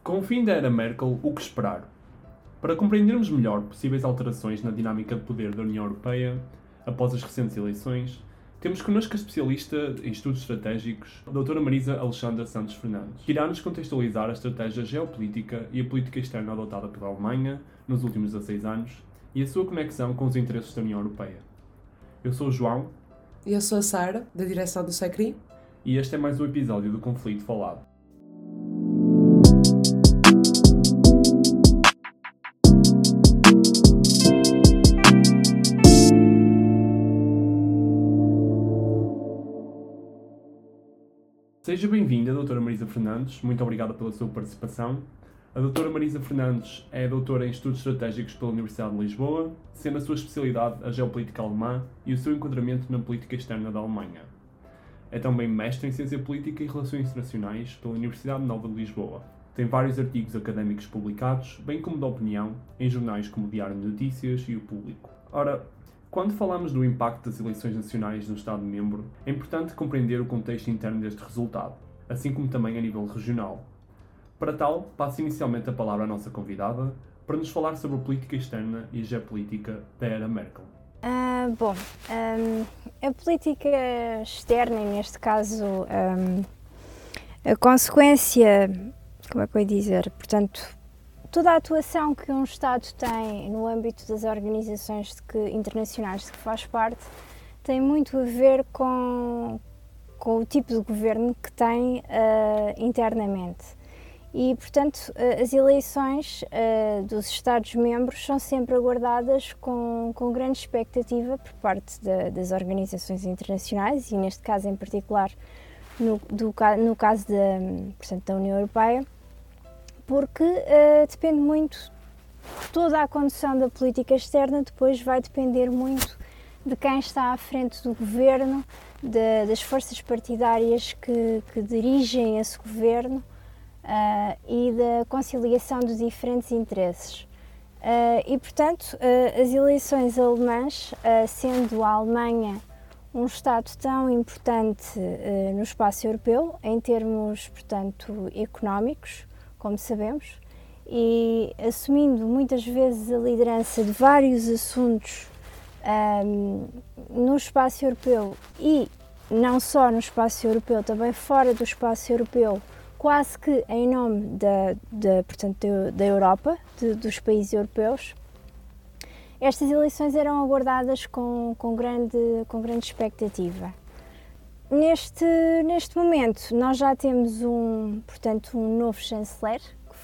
Com o fim da era Merkel, o que esperar? Para compreendermos melhor possíveis alterações na dinâmica de poder da União Europeia após as recentes eleições, temos connosco a especialista em estudos estratégicos, a doutora Marisa Alexandra Santos Fernandes, que irá nos contextualizar a estratégia geopolítica e a política externa adotada pela Alemanha nos últimos 16 anos e a sua conexão com os interesses da União Europeia. Eu sou o João. E eu sou a Sara, da direção do SECRI. E este é mais um episódio do Conflito Falado. Seja bem-vinda, doutora Marisa Fernandes. Muito obrigada pela sua participação. A doutora Marisa Fernandes é doutora em Estudos Estratégicos pela Universidade de Lisboa, sendo a sua especialidade a geopolítica alemã e o seu enquadramento na política externa da Alemanha. É também mestre em Ciência Política e Relações Internacionais pela Universidade Nova de Lisboa. Tem vários artigos académicos publicados, bem como de opinião, em jornais como o Diário de Notícias e o Público. Ora, quando falamos do impacto das eleições nacionais no Estado-membro, é importante compreender o contexto interno deste resultado, assim como também a nível regional. Para tal, passo inicialmente a palavra à nossa convidada para nos falar sobre a política externa e a geopolítica da era Merkel. A política externa, e neste caso a consequência, como é que eu ia dizer, portanto, toda a atuação que um Estado tem no âmbito das organizações internacionais de que faz parte tem muito a ver com o tipo de governo que tem internamente. E, portanto, as eleições dos Estados-membros são sempre aguardadas com grande expectativa por parte das organizações internacionais e, neste caso em particular, no caso da União Europeia, porque depende muito, toda a condução da política externa depois vai depender muito de quem está à frente do governo, das forças partidárias que dirigem esse governo e da conciliação dos diferentes interesses. E, portanto, as eleições alemãs, sendo a Alemanha um Estado tão importante no espaço europeu, em termos, portanto, económicos, como sabemos, e assumindo muitas vezes a liderança de vários assuntos no espaço europeu e não só no espaço europeu, também fora do espaço europeu, quase que em nome da Europa, dos países europeus. Estas eleições eram aguardadas com grande expectativa. Neste momento, nós já temos um novo chanceler, que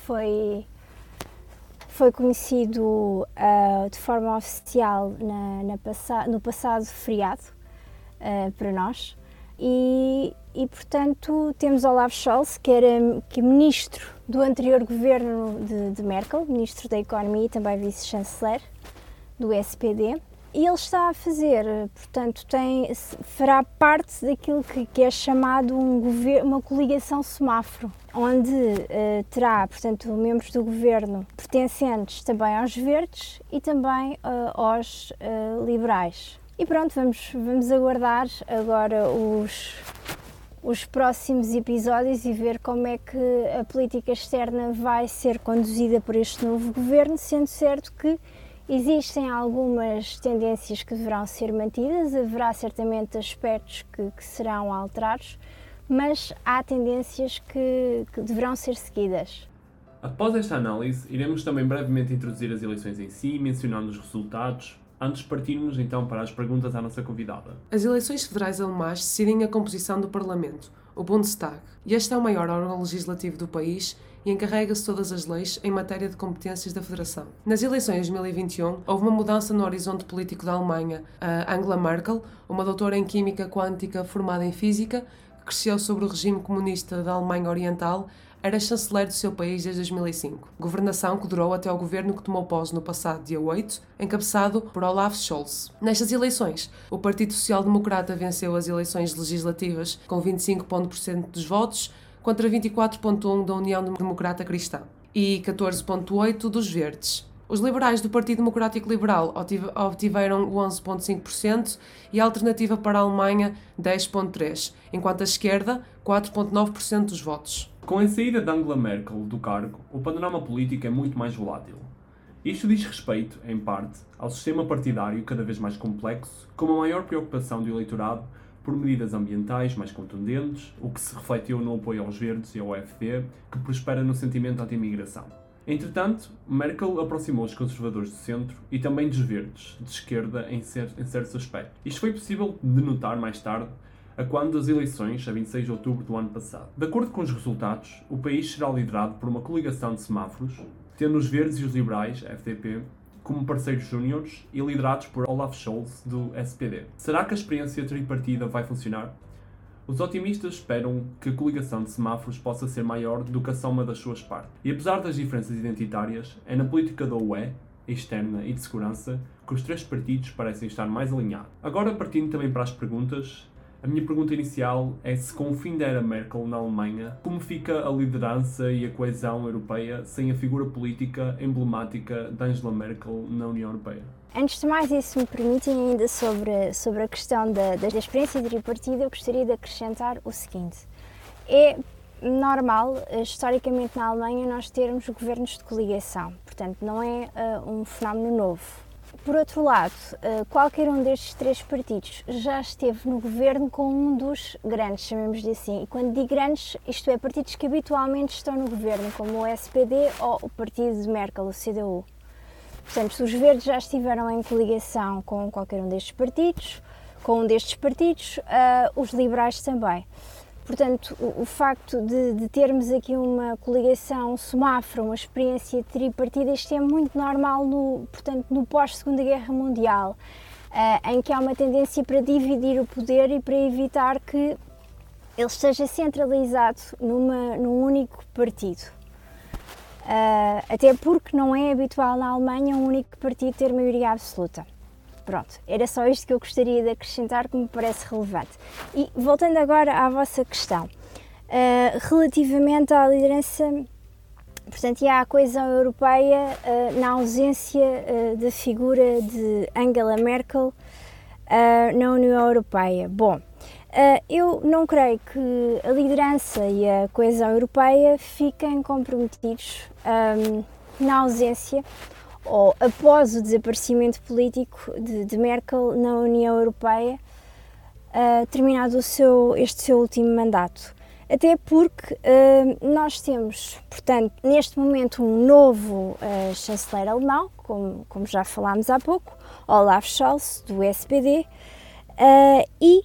foi conhecido de forma oficial no passado feriado para nós. E, portanto, temos Olaf Scholz, que é ministro do anterior governo de Merkel, ministro da Economia e também vice-chanceler do SPD. E ele está a fazer, portanto, fará parte daquilo que é chamado uma coligação semáforo, onde terá, portanto, membros do governo pertencentes também aos verdes e também aos liberais. E pronto, vamos aguardar agora os próximos episódios e ver como é que a política externa vai ser conduzida por este novo governo, sendo certo que existem algumas tendências que deverão ser mantidas, haverá certamente aspectos que serão alterados, mas há tendências que deverão ser seguidas. Após esta análise, iremos também brevemente introduzir as eleições em si, mencionando os resultados, antes de partirmos então para as perguntas à nossa convidada. As eleições federais alemãs decidem a composição do Parlamento, o Bundestag, e este é o maior órgão legislativo do país e encarrega-se todas as leis em matéria de competências da Federação. Nas eleições de 2021, houve uma mudança no horizonte político da Alemanha. A Angela Merkel, uma doutora em Química Quântica formada em Física, que cresceu sobre o regime comunista da Alemanha Oriental, era chanceler do seu país desde 2005. Governação que durou até ao governo que tomou posse no passado dia 8, encabeçado por Olaf Scholz. Nestas eleições, o Partido Social Democrata venceu as eleições legislativas com 25% dos votos, contra 24,1% da União Democrata Cristã e 14,8% dos Verdes. Os liberais do Partido Democrático Liberal obtiveram 11,5% e a Alternativa para a Alemanha 10,3%, enquanto a esquerda 4,9% dos votos. Com a saída de Angela Merkel do cargo, o panorama político é muito mais volátil. Isto diz respeito, em parte, ao sistema partidário cada vez mais complexo, com uma maior preocupação do eleitorado por medidas ambientais mais contundentes, o que se refletiu no apoio aos verdes e ao AfD, que prospera no sentimento anti-imigração. Entretanto, Merkel aproximou os conservadores do centro e também dos verdes, de esquerda em certos aspectos. Isto foi possível de notar mais tarde, a quando das eleições, a 26 de outubro do ano passado. De acordo com os resultados, o país será liderado por uma coligação de semáforos, tendo os verdes e os liberais, FDP, como parceiros júniores e liderados por Olaf Scholz, do SPD. Será que a experiência tripartida vai funcionar? Os otimistas esperam que a coligação de semáforos possa ser maior do que a soma das suas partes. E apesar das diferenças identitárias, é na política da UE, externa e de segurança, que os três partidos parecem estar mais alinhados. Agora, partindo também para as perguntas, a minha pergunta inicial é se com o fim da era Merkel na Alemanha, como fica a liderança e a coesão europeia sem a figura política emblemática de Angela Merkel na União Europeia? Antes de mais, e se me permitem, ainda sobre a questão da experiência tripartida, eu gostaria de acrescentar o seguinte. É normal, historicamente na Alemanha, nós termos governos de coligação, portanto não é um fenómeno novo. Por outro lado, qualquer um destes três partidos já esteve no governo com um dos grandes, chamemos-lhe assim. E quando digo grandes, isto é, partidos que habitualmente estão no governo, como o SPD ou o partido de Merkel, o CDU. Portanto, se os verdes já estiveram em coligação com qualquer um destes partidos, os liberais também. Portanto, o facto de termos aqui uma coligação, um semáforo, uma experiência tripartida, isto é muito normal no pós-Segunda Guerra Mundial, em que há uma tendência para dividir o poder e para evitar que ele esteja centralizado num único partido. Até porque não é habitual na Alemanha um único partido ter maioria absoluta. Pronto, era só isto que eu gostaria de acrescentar, que me parece relevante. E voltando agora à vossa questão, relativamente à liderança, portanto, e à coesão europeia, na ausência da figura de Angela Merkel na União Europeia. Bom, eu não creio que a liderança e a coesão europeia fiquem comprometidos na ausência ou após o desaparecimento político de Merkel na União Europeia, terminado este seu último mandato. Até porque nós temos, portanto, neste momento um novo chanceler alemão, como já falámos há pouco, Olaf Scholz, do SPD, e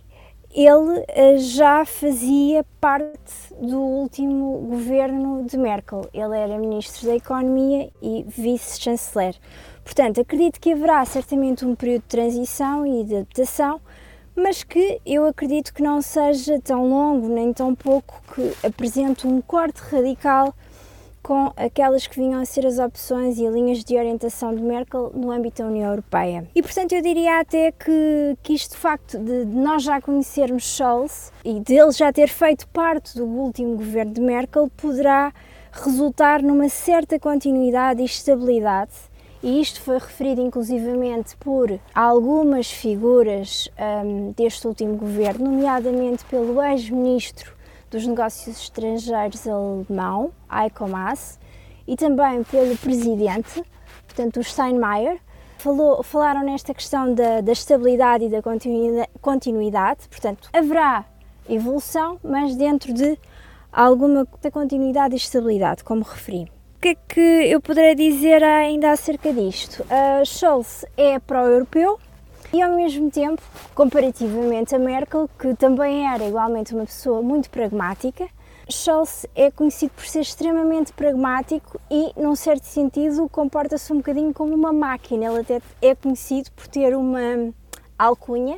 ele já fazia parte do último governo de Merkel. Ele era ministro da Economia e vice-chanceler. Portanto, acredito que haverá certamente um período de transição e de adaptação, mas que eu acredito que não seja tão longo nem tão pouco, que apresente um corte radical com aquelas que vinham a ser as opções e linhas de orientação de Merkel no âmbito da União Europeia. E, portanto, eu diria até que isto, de facto, de nós já conhecermos Scholz e dele já ter feito parte do último governo de Merkel, poderá resultar numa certa continuidade e estabilidade. E isto foi referido inclusivamente por algumas figuras deste último governo, nomeadamente pelo ex-ministro dos Negócios Estrangeiros alemão, Heiko Maas, e também pelo presidente, portanto o Steinmeier. Falaram nesta questão da estabilidade e da continuidade, portanto haverá evolução, mas dentro de alguma continuidade e estabilidade, como referi. O que é que eu poderei dizer ainda acerca disto? Scholz é pró-europeu, e ao mesmo tempo, comparativamente a Merkel, que também era igualmente uma pessoa muito pragmática, Scholz é conhecido por ser extremamente pragmático e, num certo sentido, comporta-se um bocadinho como uma máquina. Ele até é conhecido por ter uma alcunha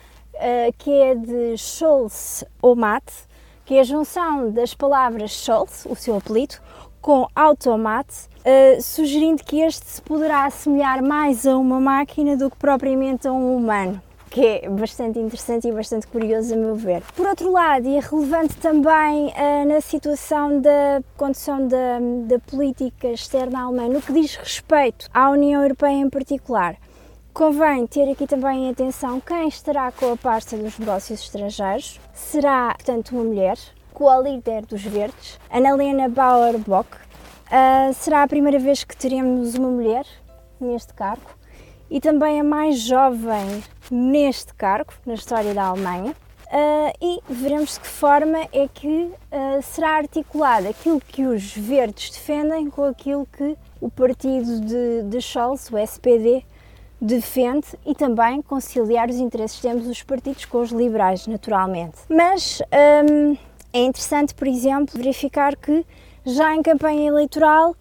que é de Scholz-O-Mat, que é a junção das palavras Scholz, o seu apelido, com automate, sugerindo que este se poderá assemelhar mais a uma máquina do que propriamente a um humano, que é bastante interessante e bastante curioso a meu ver. Por outro lado, e é relevante também na situação da condução da política externa alemã, no que diz respeito à União Europeia em particular, convém ter aqui também em atenção quem estará com a pasta dos negócios estrangeiros. Será, portanto, uma mulher, co-líder dos Verdes, Annalena Baerbock. Será a primeira vez que teremos uma mulher neste cargo e também a mais jovem neste cargo na história da Alemanha. E veremos de que forma é que será articulado aquilo que os Verdes defendem com aquilo que o partido de Scholz, o SPD, defende, e também conciliar os interesses de ambos os partidos com os liberais, naturalmente. Mas é interessante, por exemplo, verificar que já em campanha eleitoral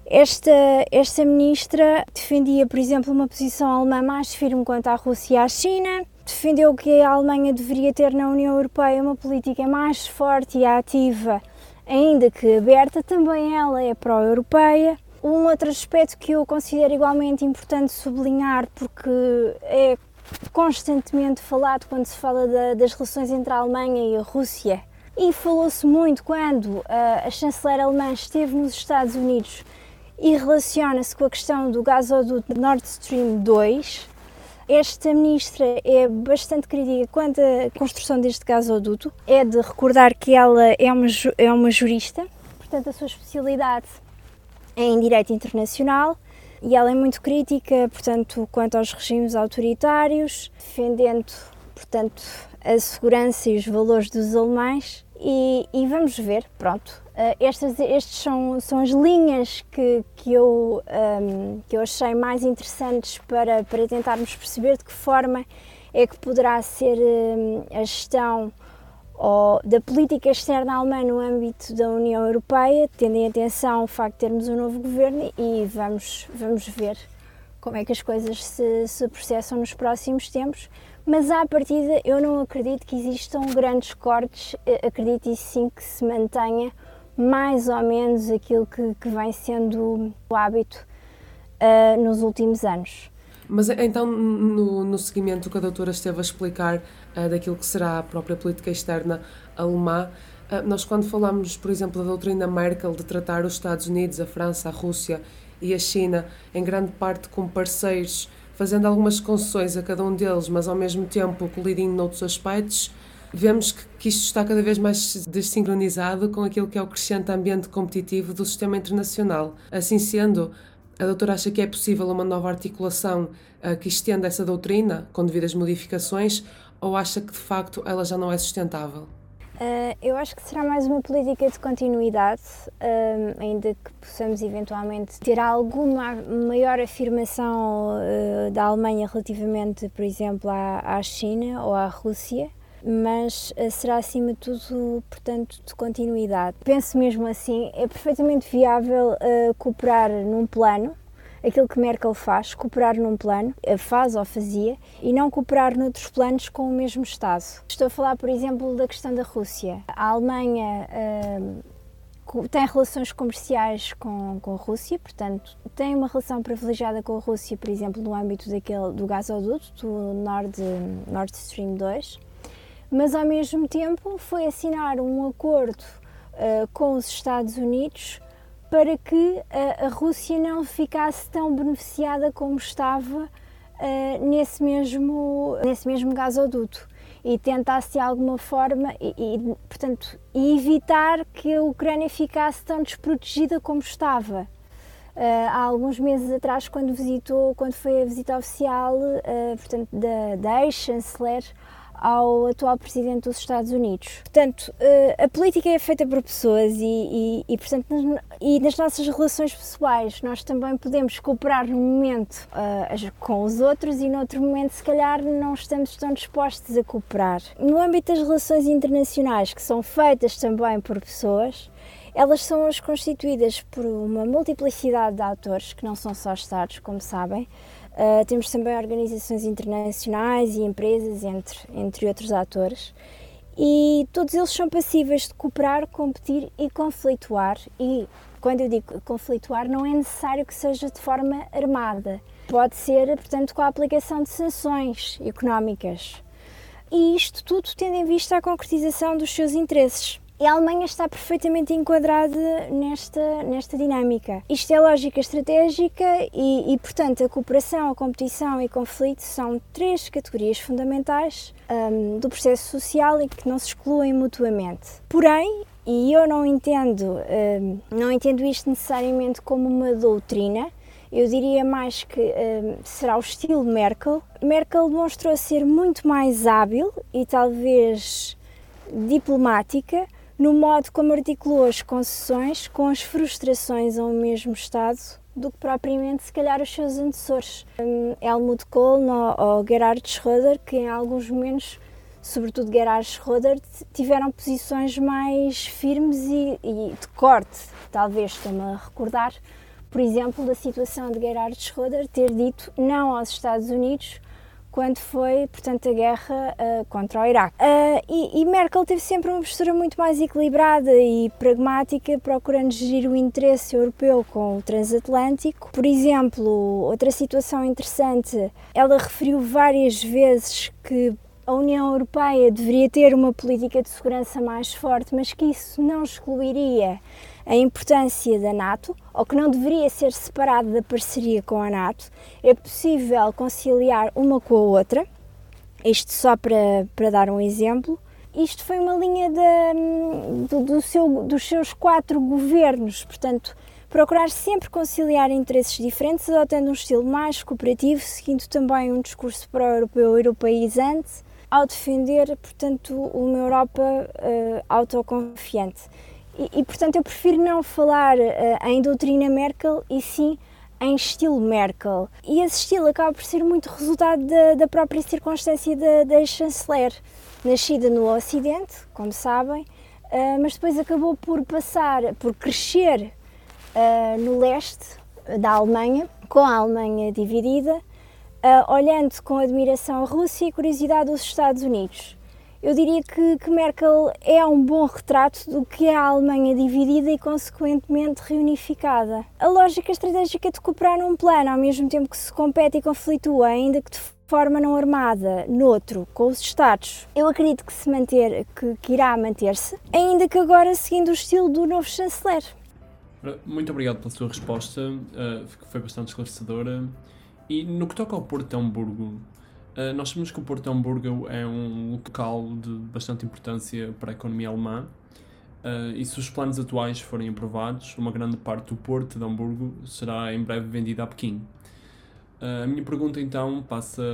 esta ministra defendia, por exemplo, uma posição alemã mais firme quanto à Rússia e à China, defendeu que a Alemanha deveria ter na União Europeia uma política mais forte e ativa, ainda que aberta. Também ela é pró-europeia. Um outro aspecto que eu considero igualmente importante sublinhar, porque é constantemente falado quando se fala das relações entre a Alemanha e a Rússia, e falou-se muito quando a chanceler alemã esteve nos Estados Unidos, e relaciona-se com a questão do gasoduto Nord Stream 2. Esta ministra é bastante crítica quanto à construção deste gasoduto. É de recordar que ela é uma jurista, portanto a sua especialidade é em direito internacional, e ela é muito crítica, portanto, quanto aos regimes autoritários, defendendo, portanto, a segurança e os valores dos alemães. E vamos ver, pronto, estas são as linhas que eu achei mais interessantes para tentarmos perceber de que forma é que poderá ser a gestão da política externa alemã no âmbito da União Europeia, tendo em atenção o facto de termos um novo governo, e vamos ver como é que as coisas se processam nos próximos tempos. Mas à partida eu não acredito que existam grandes cortes, acredito e sim que se mantenha mais ou menos aquilo que vem sendo o hábito nos últimos anos. Mas então, no seguimento que a doutora esteve a explicar daquilo que será a própria política externa alemã, nós quando falamos, por exemplo, da doutrina Merkel de tratar os Estados Unidos, a França, a Rússia e a China em grande parte como parceiros, fazendo algumas concessões a cada um deles, mas ao mesmo tempo colidindo noutros aspectos, vemos que isto está cada vez mais desincronizado com aquilo que é o crescente ambiente competitivo do sistema internacional. Assim sendo, a doutora acha que é possível uma nova articulação que estenda essa doutrina, com devidas modificações, ou acha que de facto ela já não é sustentável? Eu acho que será mais uma política de continuidade, ainda que possamos eventualmente ter alguma maior afirmação da Alemanha relativamente, por exemplo, à China ou à Rússia, mas será acima de tudo, portanto, de continuidade. Penso mesmo assim, é perfeitamente viável cooperar num plano, aquilo que Merkel faz, cooperar num plano, faz ou fazia, e não cooperar noutros planos com o mesmo Estado. Estou a falar, por exemplo, da questão da Rússia. A Alemanha tem relações comerciais com a Rússia, portanto, tem uma relação privilegiada com a Rússia, por exemplo, no âmbito do gasoduto, do Nord Stream 2, mas ao mesmo tempo foi assinar um acordo com os Estados Unidos para que a Rússia não ficasse tão beneficiada como estava nesse mesmo gasoduto, e tentasse de alguma forma portanto, evitar que a Ucrânia ficasse tão desprotegida como estava. Há alguns meses atrás, quando foi a visita oficial portanto, da ex-chanceler ao atual presidente dos Estados Unidos. Portanto, a política é feita por pessoas portanto, nas nossas relações pessoais nós também podemos cooperar num momento com os outros, e noutro momento se calhar não estamos tão dispostos a cooperar. No âmbito das relações internacionais, que são feitas também por pessoas, elas são hoje constituídas por uma multiplicidade de atores, que não são só Estados, como sabem. Temos também organizações internacionais e empresas, entre outros atores, e todos eles são passíveis de cooperar, competir e conflituar. E quando eu digo conflituar, não é necessário que seja de forma armada. Pode ser, portanto, com a aplicação de sanções económicas. E isto tudo tendo em vista a concretização dos seus interesses. E a Alemanha está perfeitamente enquadrada nesta dinâmica. Isto é lógica estratégica e, portanto, a cooperação, a competição e conflito são 3 categorias fundamentais do processo social e que não se excluem mutuamente. Porém, e eu não entendo isto necessariamente como uma doutrina, eu diria mais que será o estilo Merkel. Merkel demonstrou ser muito mais hábil e talvez diplomática no modo como articulou as concessões com as frustrações a um mesmo Estado do que propriamente, se calhar, os seus antecessores. Helmut Kohl ou Gerhard Schröder, que em alguns momentos, sobretudo Gerhard Schröder, tiveram posições mais firmes e de corte. Talvez, estou-me a recordar, por exemplo, da situação de Gerhard Schröder ter dito não aos Estados Unidos quando foi, portanto, a guerra contra o Iraque. E Merkel teve sempre uma postura muito mais equilibrada e pragmática, procurando gerir o interesse europeu com o transatlântico. Por exemplo, outra situação interessante, ela referiu várias vezes que a União Europeia deveria ter uma política de segurança mais forte, mas que isso não excluiria a importância da NATO, ou que não deveria ser separada da parceria com a NATO. É possível conciliar uma com a outra, isto só para dar um exemplo. Isto foi uma linha dos seus 4 governos, portanto, procurar sempre conciliar interesses diferentes, adotando um estilo mais cooperativo, seguindo também um discurso pró-europeu europeizante, ao defender, portanto, uma Europa autoconfiante. E, portanto, eu prefiro não falar em doutrina Merkel e sim em estilo Merkel. E esse estilo acaba por ser muito resultado da própria circunstância da chanceler, nascida no Ocidente, como sabem, mas depois acabou por crescer no leste da Alemanha, com a Alemanha dividida, olhando com admiração a Rússia e curiosidade os Estados Unidos. Eu diria que Merkel é um bom retrato do que é a Alemanha dividida e, consequentemente, reunificada. A lógica estratégica de cooperar num plano, ao mesmo tempo que se compete e conflitua, ainda que de forma não armada, noutro, com os Estados, eu acredito que irá manter-se, ainda que agora seguindo o estilo do novo chanceler. Muito obrigado pela sua resposta, que foi bastante esclarecedora. E no que toca ao Porto de Hamburgo, nós sabemos que o Porto de Hamburgo é um local de bastante importância para a economia alemã e se os planos atuais forem aprovados, uma grande parte do Porto de Hamburgo será em breve vendida a Pequim. A minha pergunta então passa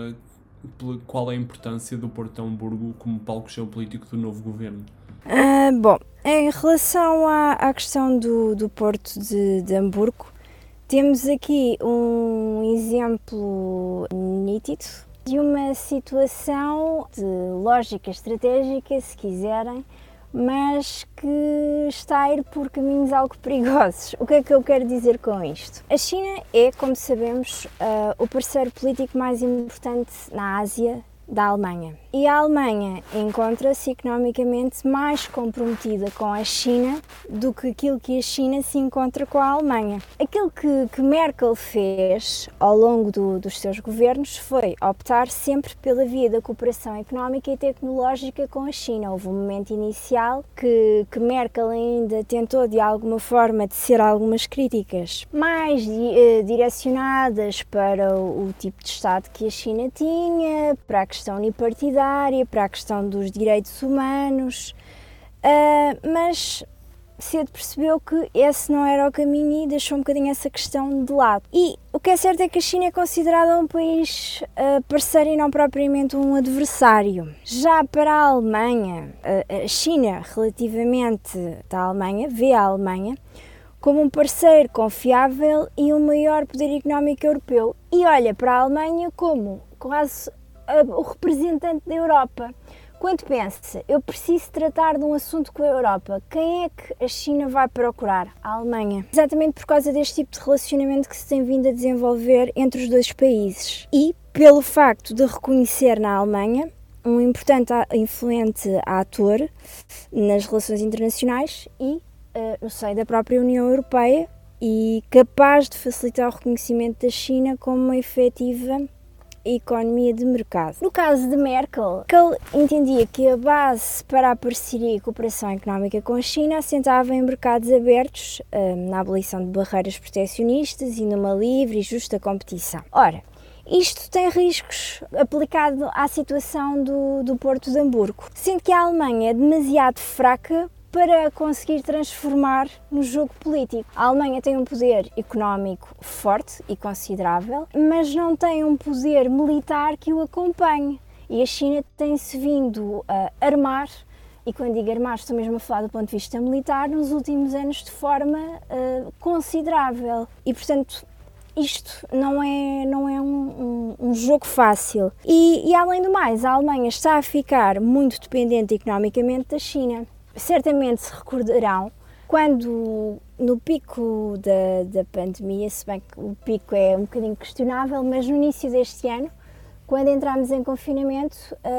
por qual é a importância do Porto de Hamburgo como palco geopolítico do novo governo? Bom, em relação à questão do Porto de Hamburgo, temos aqui um exemplo nítido de uma situação de lógica estratégica, se quiserem, mas que está a ir por caminhos algo perigosos. O que é que eu quero dizer com isto? A China é, como sabemos, o parceiro político mais importante na Ásia da Alemanha. E a Alemanha encontra-se economicamente mais comprometida com a China do que aquilo que a China se encontra com a Alemanha. Aquilo que Merkel fez ao longo dos seus governos foi optar sempre pela via da cooperação económica e tecnológica com a China. Houve um momento inicial que Merkel ainda tentou de alguma forma tecer algumas críticas mais direcionadas para o tipo de Estado que a China tinha, para a questão unipartidária, para a questão dos direitos humanos, mas cedo percebeu que esse não era o caminho e deixou um bocadinho essa questão de lado. E o que é certo é que a China é considerada um país parceiro e não propriamente um adversário. Já para a Alemanha, a China, relativamente à Alemanha, vê a Alemanha como um parceiro confiável e um maior poder económico europeu e olha para a Alemanha como quase o representante da Europa. Quando pensa, eu preciso tratar de um assunto com a Europa, quem é que a China vai procurar? A Alemanha. Exatamente por causa deste tipo de relacionamento que se tem vindo a desenvolver entre os dois países. E pelo facto de reconhecer na Alemanha um importante e influente ator nas relações internacionais e no seio da própria União Europeia e capaz de facilitar o reconhecimento da China como uma efetiva a economia de mercado. No caso de Merkel entendia que a base para a parceria e cooperação económica com a China assentava em mercados abertos, na abolição de barreiras protecionistas e numa livre e justa competição. Ora, isto tem riscos aplicado à situação do Porto de Hamburgo, sendo que a Alemanha é demasiado fraca para conseguir transformar no jogo político. A Alemanha tem um poder económico forte e considerável, mas não tem um poder militar que o acompanhe. E a China tem-se vindo a armar, e quando digo armar estou mesmo a falar do ponto de vista militar, nos últimos anos de forma considerável. E, portanto, isto não é um jogo fácil. E, além do mais, a Alemanha está a ficar muito dependente economicamente da China. Certamente se recordarão quando, no pico da pandemia, se bem que o pico é um bocadinho questionável, mas no início deste ano, quando entramos em confinamento,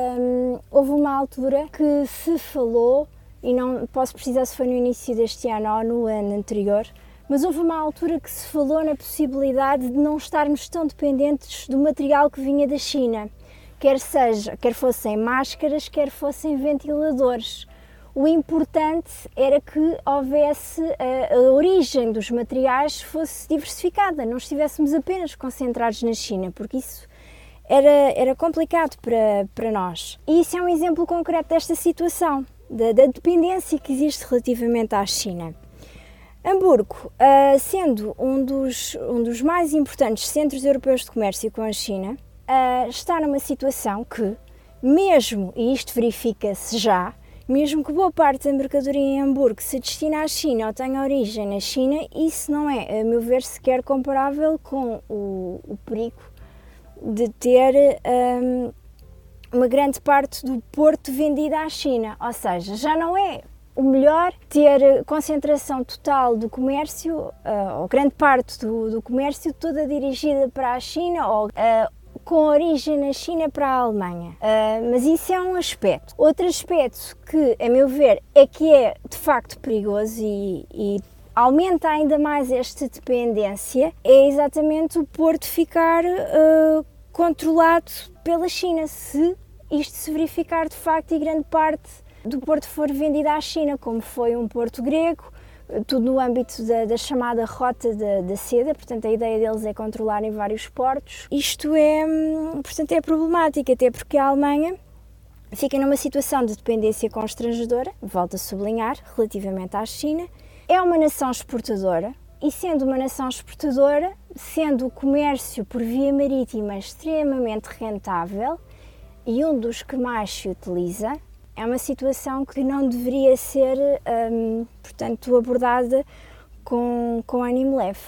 houve uma altura que se falou, e não posso precisar se foi no início deste ano ou no ano anterior, mas houve uma altura que se falou na possibilidade de não estarmos tão dependentes do material que vinha da China, quer fossem máscaras, quer fossem ventiladores. O importante era que houvesse a origem dos materiais fosse diversificada, não estivéssemos apenas concentrados na China, porque isso era complicado para nós. E isso é um exemplo concreto desta situação, da dependência que existe relativamente à China. Hamburgo, sendo um dos mais importantes centros europeus de comércio com a China, está numa situação que, mesmo, e isto verifica-se já, mesmo que boa parte da mercadoria em Hamburgo se destine à China ou tenha origem na China, isso não é, a meu ver, sequer comparável com o perigo de ter uma grande parte do porto vendida à China. Ou seja, já não é o melhor ter concentração total do comércio, ou grande parte do comércio toda dirigida para a China, ou com origem na China para a Alemanha. Mas isso é um aspecto. Outro aspecto que, a meu ver, é que é de facto perigoso e aumenta ainda mais esta dependência, é exatamente o porto ficar controlado pela China, se isto se verificar de facto e grande parte do porto for vendida à China, como foi um porto grego, tudo no âmbito da chamada Rota da Seda. Portanto, a ideia deles é controlarem vários portos. Isto portanto, é problemático, até porque a Alemanha fica numa situação de dependência constrangedora, volto a sublinhar, relativamente à China. É uma nação exportadora e, sendo uma nação exportadora, sendo o comércio por via marítima extremamente rentável e um dos que mais se utiliza, é uma situação que não deveria ser, portanto, abordada com ânimo leve.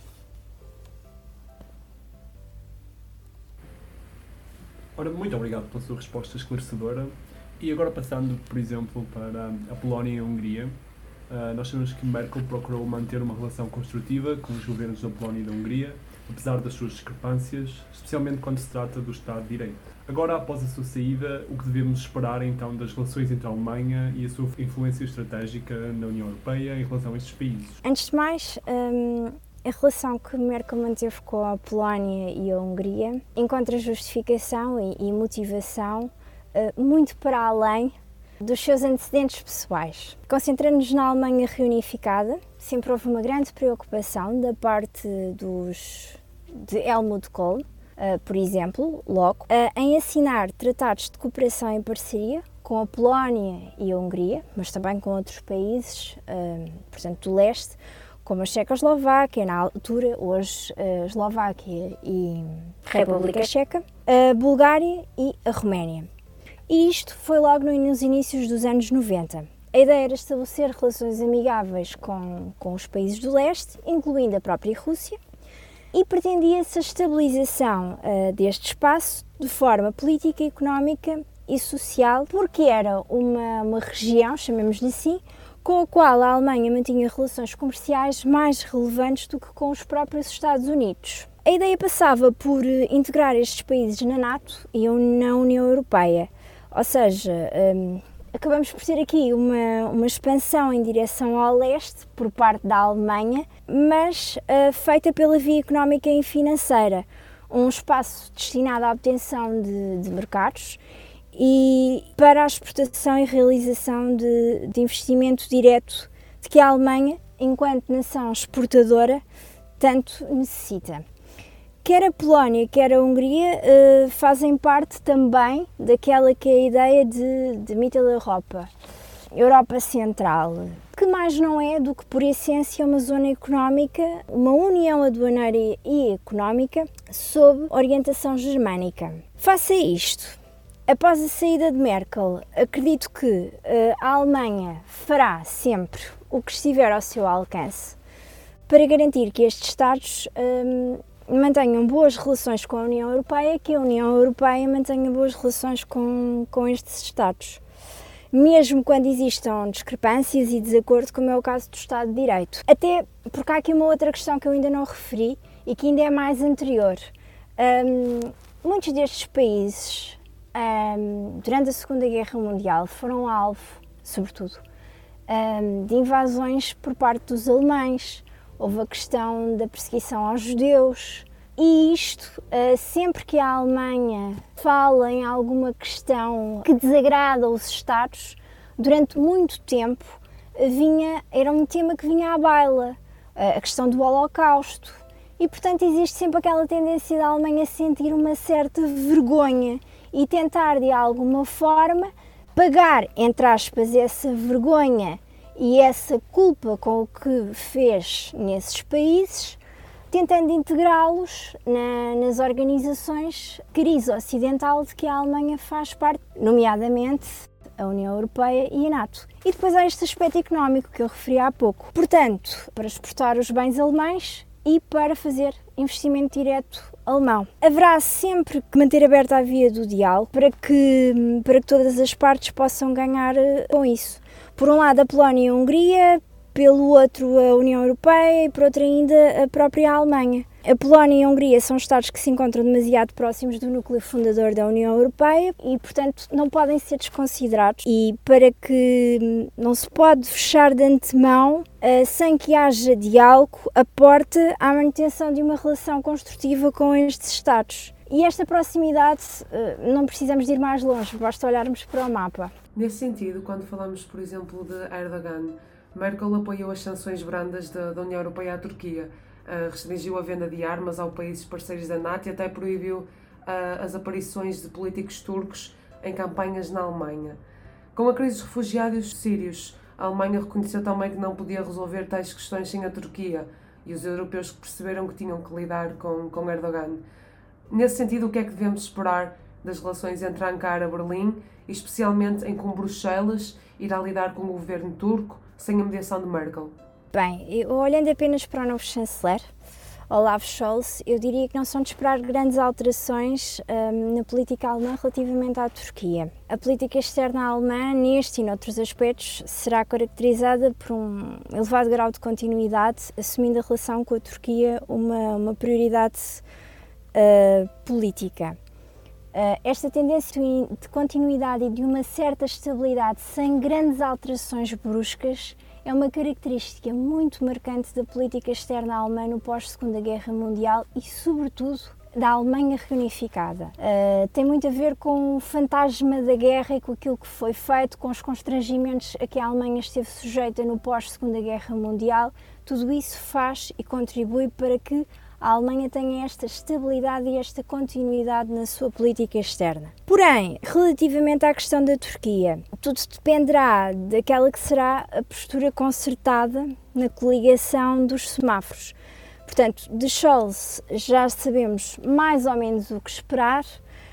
Ora, muito obrigado pela sua resposta esclarecedora. E agora passando, por exemplo, para a Polónia e a Hungria, nós sabemos que Merkel procurou manter uma relação construtiva com os governos da Polónia e da Hungria, apesar das suas discrepâncias, especialmente quando se trata do Estado de Direito. Agora, após a sua saída, o que devemos esperar então das relações entre a Alemanha e a sua influência estratégica na União Europeia em relação a estes países? Antes de mais, a relação que Merkel manteve com a Polónia e a Hungria encontra justificação e motivação muito para além dos seus antecedentes pessoais. Concentrando-nos na Alemanha reunificada, sempre houve uma grande preocupação da parte de Helmut Kohl, por exemplo, logo, em assinar tratados de cooperação e parceria com a Polónia e a Hungria, mas também com outros países, portanto, do leste, como a Checoslováquia, na altura, hoje a Eslováquia e a República Checa, a Bulgária e a Roménia. E isto foi logo nos inícios dos anos 90. A ideia era estabelecer relações amigáveis com os países do leste, incluindo a própria Rússia, e pretendia-se a estabilização deste espaço de forma política, económica e social, porque era uma região, chamemos-lhe assim, com a qual a Alemanha mantinha relações comerciais mais relevantes do que com os próprios Estados Unidos. A ideia passava por integrar estes países na NATO e na União Europeia, ou seja, acabamos por ter aqui uma expansão em direção ao leste por parte da Alemanha, mas feita pela via económica e financeira, um espaço destinado à obtenção de mercados e para a exportação e realização de investimento direto de que a Alemanha, enquanto nação exportadora, tanto necessita. Quer a Polónia, quer a Hungria fazem parte também daquela que é a ideia de Mitteleuropa, Europa Central, que mais não é do que por essência uma zona económica, uma união aduaneira e económica sob orientação germânica. Face a isto, após a saída de Merkel, acredito que a Alemanha fará sempre o que estiver ao seu alcance para garantir que estes Estados mantenham boas relações com a União Europeia, que a União Europeia mantenha boas relações com estes Estados. Mesmo quando existam discrepâncias e desacordo, como é o caso do Estado de Direito. Até porque há aqui uma outra questão que eu ainda não referi e que ainda é mais anterior. Muitos destes países, durante a Segunda Guerra Mundial, foram alvo, sobretudo, de invasões por parte dos alemães. Houve a questão da perseguição aos judeus. E isto, sempre que a Alemanha fala em alguma questão que desagrada os Estados, durante muito tempo era um tema que vinha à baila, a questão do Holocausto. E, portanto, existe sempre aquela tendência da Alemanha sentir uma certa vergonha e tentar, de alguma forma, pagar, entre aspas, essa vergonha e essa culpa com o que fez nesses países, tentando integrá-los nas organizações crise ocidental de que a Alemanha faz parte, nomeadamente a União Europeia e a NATO. E depois há este aspecto económico que eu referi há pouco. Portanto, para exportar os bens alemães e para fazer investimento direto alemão. Haverá sempre que manter aberta a via do diálogo para que todas as partes possam ganhar com isso. Por um lado, a Polónia e a Hungria, pelo outro a União Europeia e por outro ainda a própria Alemanha. A Polónia e a Hungria são Estados que se encontram demasiado próximos do núcleo fundador da União Europeia e, portanto, não podem ser desconsiderados. E para que não se pode fechar de antemão, sem que haja diálogo, a porta à manutenção de uma relação construtiva com estes Estados. E esta proximidade, não precisamos de ir mais longe, basta olharmos para o mapa. Nesse sentido, quando falamos, por exemplo, de Erdogan, Merkel apoiou as sanções brandas da União Europeia à Turquia, restringiu a venda de armas aos países parceiros da NATO e até proibiu as aparições de políticos turcos em campanhas na Alemanha. Com a crise dos refugiados sírios, a Alemanha reconheceu também que não podia resolver tais questões sem a Turquia e os europeus perceberam que tinham que lidar com Erdogan. Nesse sentido, o que é que devemos esperar das relações entre Ankara e Berlim, e especialmente em como Bruxelas irá lidar com o governo turco sem a mediação de Merkel? Bem, olhando apenas para o novo chanceler, Olaf Scholz, eu diria que não são de esperar grandes alterações na política alemã relativamente à Turquia. A política externa alemã, neste e noutros aspectos, será caracterizada por um elevado grau de continuidade, assumindo a relação com a Turquia uma prioridade política. Esta tendência de continuidade e de uma certa estabilidade sem grandes alterações bruscas é uma característica muito marcante da política externa alemã no pós-Segunda Guerra Mundial e, sobretudo, da Alemanha reunificada. Tem muito a ver com o fantasma da guerra e com aquilo que foi feito, com os constrangimentos a que a Alemanha esteve sujeita no pós-Segunda Guerra Mundial. Tudo isso faz e contribui para que a Alemanha tenha esta estabilidade e esta continuidade na sua política externa. Porém, relativamente à questão da Turquia, tudo dependerá daquela que será a postura concertada na coligação dos semáforos. Portanto, de Scholz já sabemos mais ou menos o que esperar,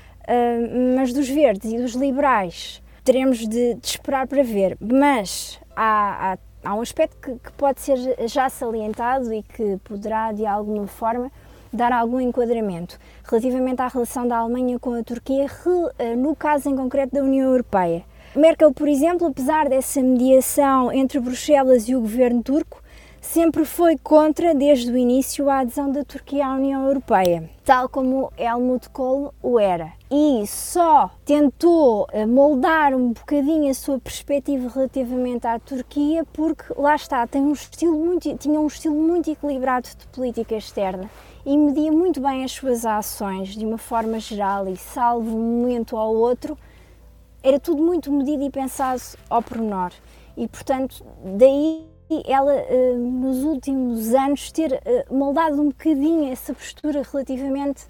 mas dos verdes e dos liberais teremos de esperar para ver. Mas há um aspecto que pode ser já salientado e que poderá, de alguma forma, dar algum enquadramento relativamente à relação da Alemanha com a Turquia, no caso em concreto da União Europeia. Merkel, por exemplo, apesar dessa mediação entre Bruxelas e o governo turco, sempre foi contra, desde o início, a adesão da Turquia à União Europeia, tal como Helmut Kohl o era. E só tentou moldar um bocadinho a sua perspectiva relativamente à Turquia porque, lá está, tinha um estilo muito equilibrado de política externa e media muito bem as suas ações de uma forma geral e, salvo um momento ao outro, era tudo muito medido e pensado ao pormenor. E, portanto, daí ela, nos últimos anos, ter moldado um bocadinho essa postura relativamente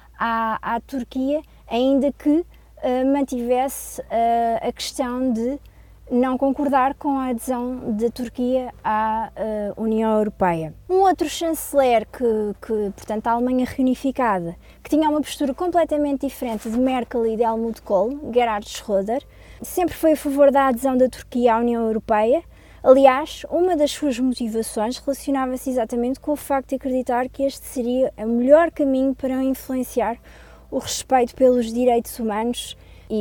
à Turquia, ainda que mantivesse a questão de não concordar com a adesão da Turquia à União Europeia. Um outro chanceler portanto, a Alemanha reunificada, que tinha uma postura completamente diferente de Merkel e de Helmut Kohl, Gerhard Schröder, sempre foi a favor da adesão da Turquia à União Europeia. Aliás, uma das suas motivações relacionava-se exatamente com o facto de acreditar que este seria o melhor caminho para influenciar o respeito pelos direitos humanos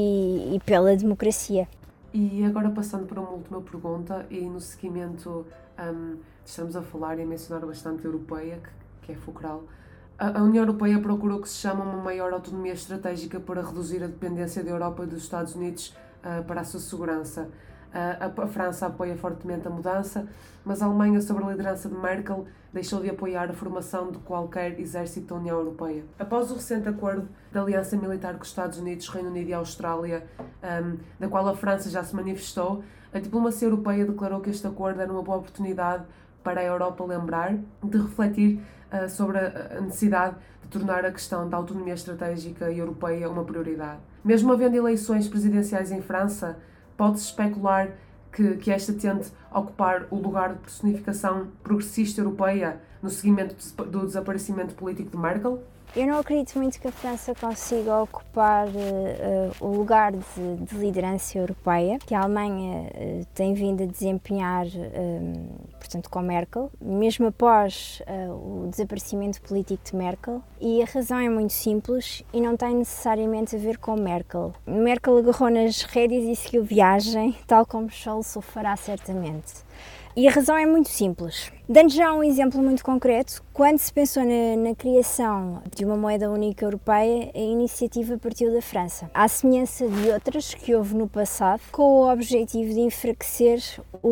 e pela democracia. E agora passando para uma última pergunta, e no seguimento estamos a falar e a mencionar bastante a europeia, que é fulcral. A União Europeia procurou que se chama uma maior autonomia estratégica para reduzir a dependência da Europa e dos Estados Unidos para a sua segurança. A França apoia fortemente a mudança, mas a Alemanha, sob a liderança de Merkel, deixou de apoiar a formação de qualquer exército da União Europeia. Após o recente acordo de aliança militar com os Estados Unidos, Reino Unido e Austrália, da qual a França já se manifestou, a diplomacia europeia declarou que este acordo era uma boa oportunidade para a Europa lembrar de refletir sobre a necessidade de tornar a questão da autonomia estratégica europeia uma prioridade. Mesmo havendo eleições presidenciais em França, pode-se especular que esta tente ocupar o lugar de personificação progressista europeia no seguimento do desaparecimento político de Merkel? Eu não acredito muito que a França consiga ocupar o lugar de liderança europeia que a Alemanha tem vindo a desempenhar, portanto, com Merkel, mesmo após o desaparecimento político de Merkel. E a razão é muito simples e não tem necessariamente a ver com Merkel. Merkel agarrou nas rédeas e seguiu viagem, tal como Scholz o fará certamente. E a razão é muito simples. Dando já um exemplo muito concreto, quando se pensou na criação de uma moeda única europeia, a iniciativa partiu da França, à semelhança de outras que houve no passado, com o objetivo de enfraquecer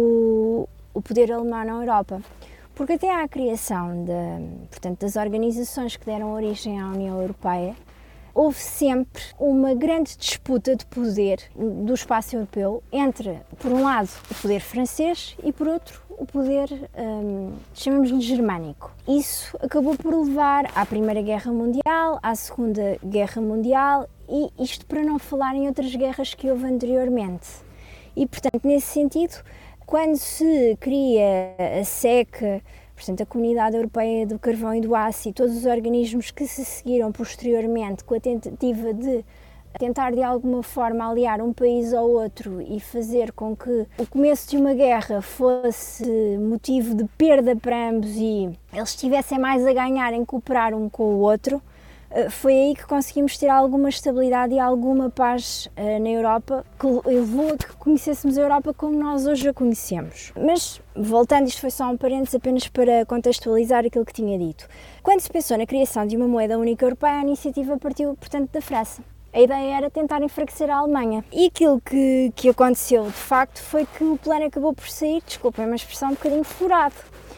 o poder alemão na Europa. Porque até à criação das organizações que deram origem à União Europeia, houve sempre uma grande disputa de poder do espaço europeu entre, por um lado, o poder francês e, por outro, o poder, chamamos-lhe germânico. Isso acabou por levar à Primeira Guerra Mundial, à Segunda Guerra Mundial e isto para não falar em outras guerras que houve anteriormente. E, portanto, nesse sentido, quando se cria a SEC, portanto, a Comunidade Europeia do Carvão e do Aço e todos os organismos que se seguiram posteriormente com a tentativa de tentar de alguma forma aliar um país ao outro e fazer com que o começo de uma guerra fosse motivo de perda para ambos e eles tivessem mais a ganhar em cooperar um com o outro, foi aí que conseguimos ter alguma estabilidade e alguma paz na Europa, que levou a que conhecêssemos a Europa como nós hoje a conhecemos. Mas, voltando, isto foi só um parênteses apenas para contextualizar aquilo que tinha dito. Quando se pensou na criação de uma moeda única europeia, a iniciativa partiu, portanto, da França. A ideia era tentar enfraquecer a Alemanha. E aquilo que aconteceu, de facto, foi que o plano acabou por sair, desculpem uma expressão, um bocadinho furado.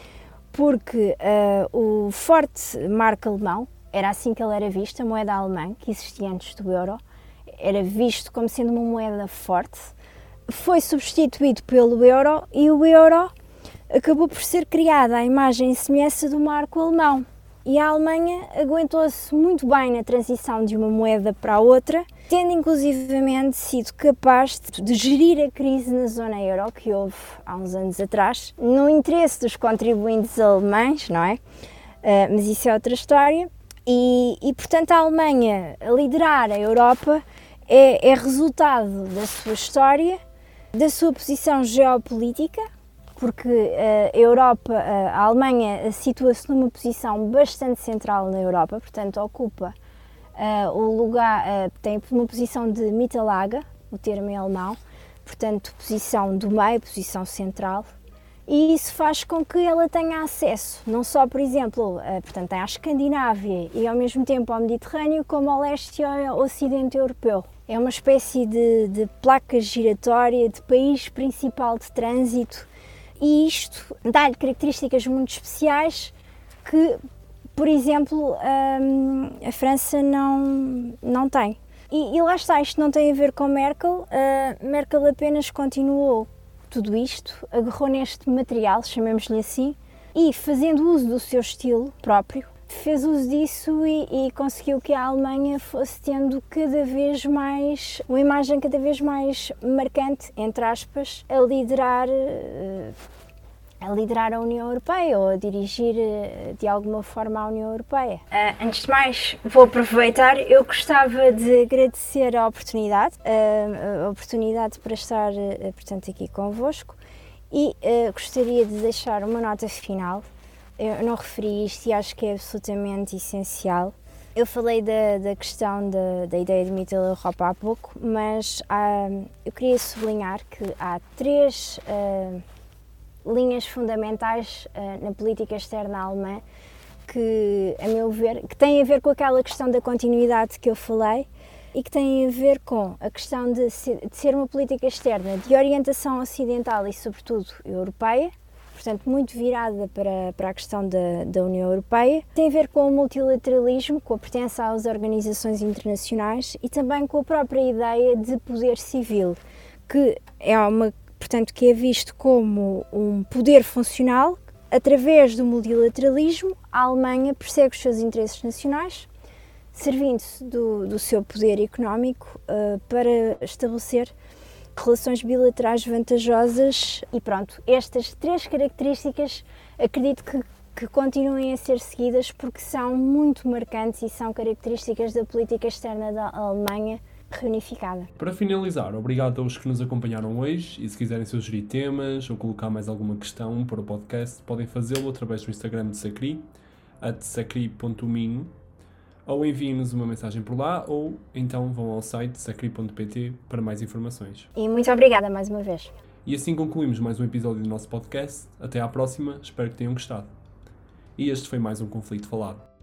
Porque o forte marco alemão, era assim que ele era visto, a moeda alemã, que existia antes do euro, era visto como sendo uma moeda forte, foi substituído pelo euro e o euro acabou por ser criada à imagem e semelhança do marco alemão. E a Alemanha aguentou-se muito bem na transição de uma moeda para a outra, tendo inclusivamente sido capaz de gerir a crise na zona euro, que houve há uns anos atrás, no interesse dos contribuintes alemães, não é? Mas isso é outra história. E, portanto, a Alemanha a liderar a Europa é resultado da sua história, da sua posição geopolítica, porque a Alemanha situa-se numa posição bastante central na Europa, portanto, ocupa o lugar, tem uma posição de Mittellage, o termo em alemão, portanto, posição do meio, posição central, E isso faz com que ela tenha acesso, não só, por exemplo, portanto, à Escandinávia e ao mesmo tempo ao Mediterrâneo, como ao leste e ao ocidente europeu. É uma espécie de placa giratória, de país principal de trânsito, e isto dá-lhe características muito especiais que, por exemplo, a França não tem. E lá está, isto não tem a ver com Merkel. Merkel apenas continuou tudo isto, agarrou neste material, chamemos-lhe assim, e fazendo uso do seu estilo próprio, fez uso disso e conseguiu que a Alemanha fosse tendo cada vez mais, uma imagem cada vez mais marcante, entre aspas, a liderar a União Europeia ou a dirigir de alguma forma a União Europeia. Antes de mais, vou aproveitar, eu gostava de agradecer a oportunidade para estar, portanto, aqui convosco e gostaria de deixar uma nota final. Eu não referi isto e acho que é absolutamente essencial. Eu falei da questão da ideia de mito da Europa há pouco, mas eu queria sublinhar que há 3 linhas fundamentais na política externa alemã que, a meu ver, que têm a ver com aquela questão da continuidade que eu falei e que têm a ver com a questão de ser uma política externa de orientação ocidental e, sobretudo, europeia, portanto, muito virada para a questão da União Europeia. Tem a ver com o multilateralismo, com a pertença às organizações internacionais e também com a própria ideia de poder civil, que é visto como um poder funcional. Através do multilateralismo, a Alemanha persegue os seus interesses nacionais, servindo-se do seu poder económico para estabelecer relações bilaterais vantajosas e pronto. Estas 3 características acredito que continuem a ser seguidas porque são muito marcantes e são características da política externa da Alemanha reunificada. Para finalizar, obrigado aos que nos acompanharam hoje e se quiserem sugerir temas ou colocar mais alguma questão para o podcast, podem fazê-lo através do Instagram de Sacri, @sacri.minho, ou enviem-nos uma mensagem por lá ou então vão ao site sacri.pt para mais informações. E muito obrigada mais uma vez. E assim concluímos mais um episódio do nosso podcast. Até à próxima, espero que tenham gostado. E este foi mais um Conflito Falado.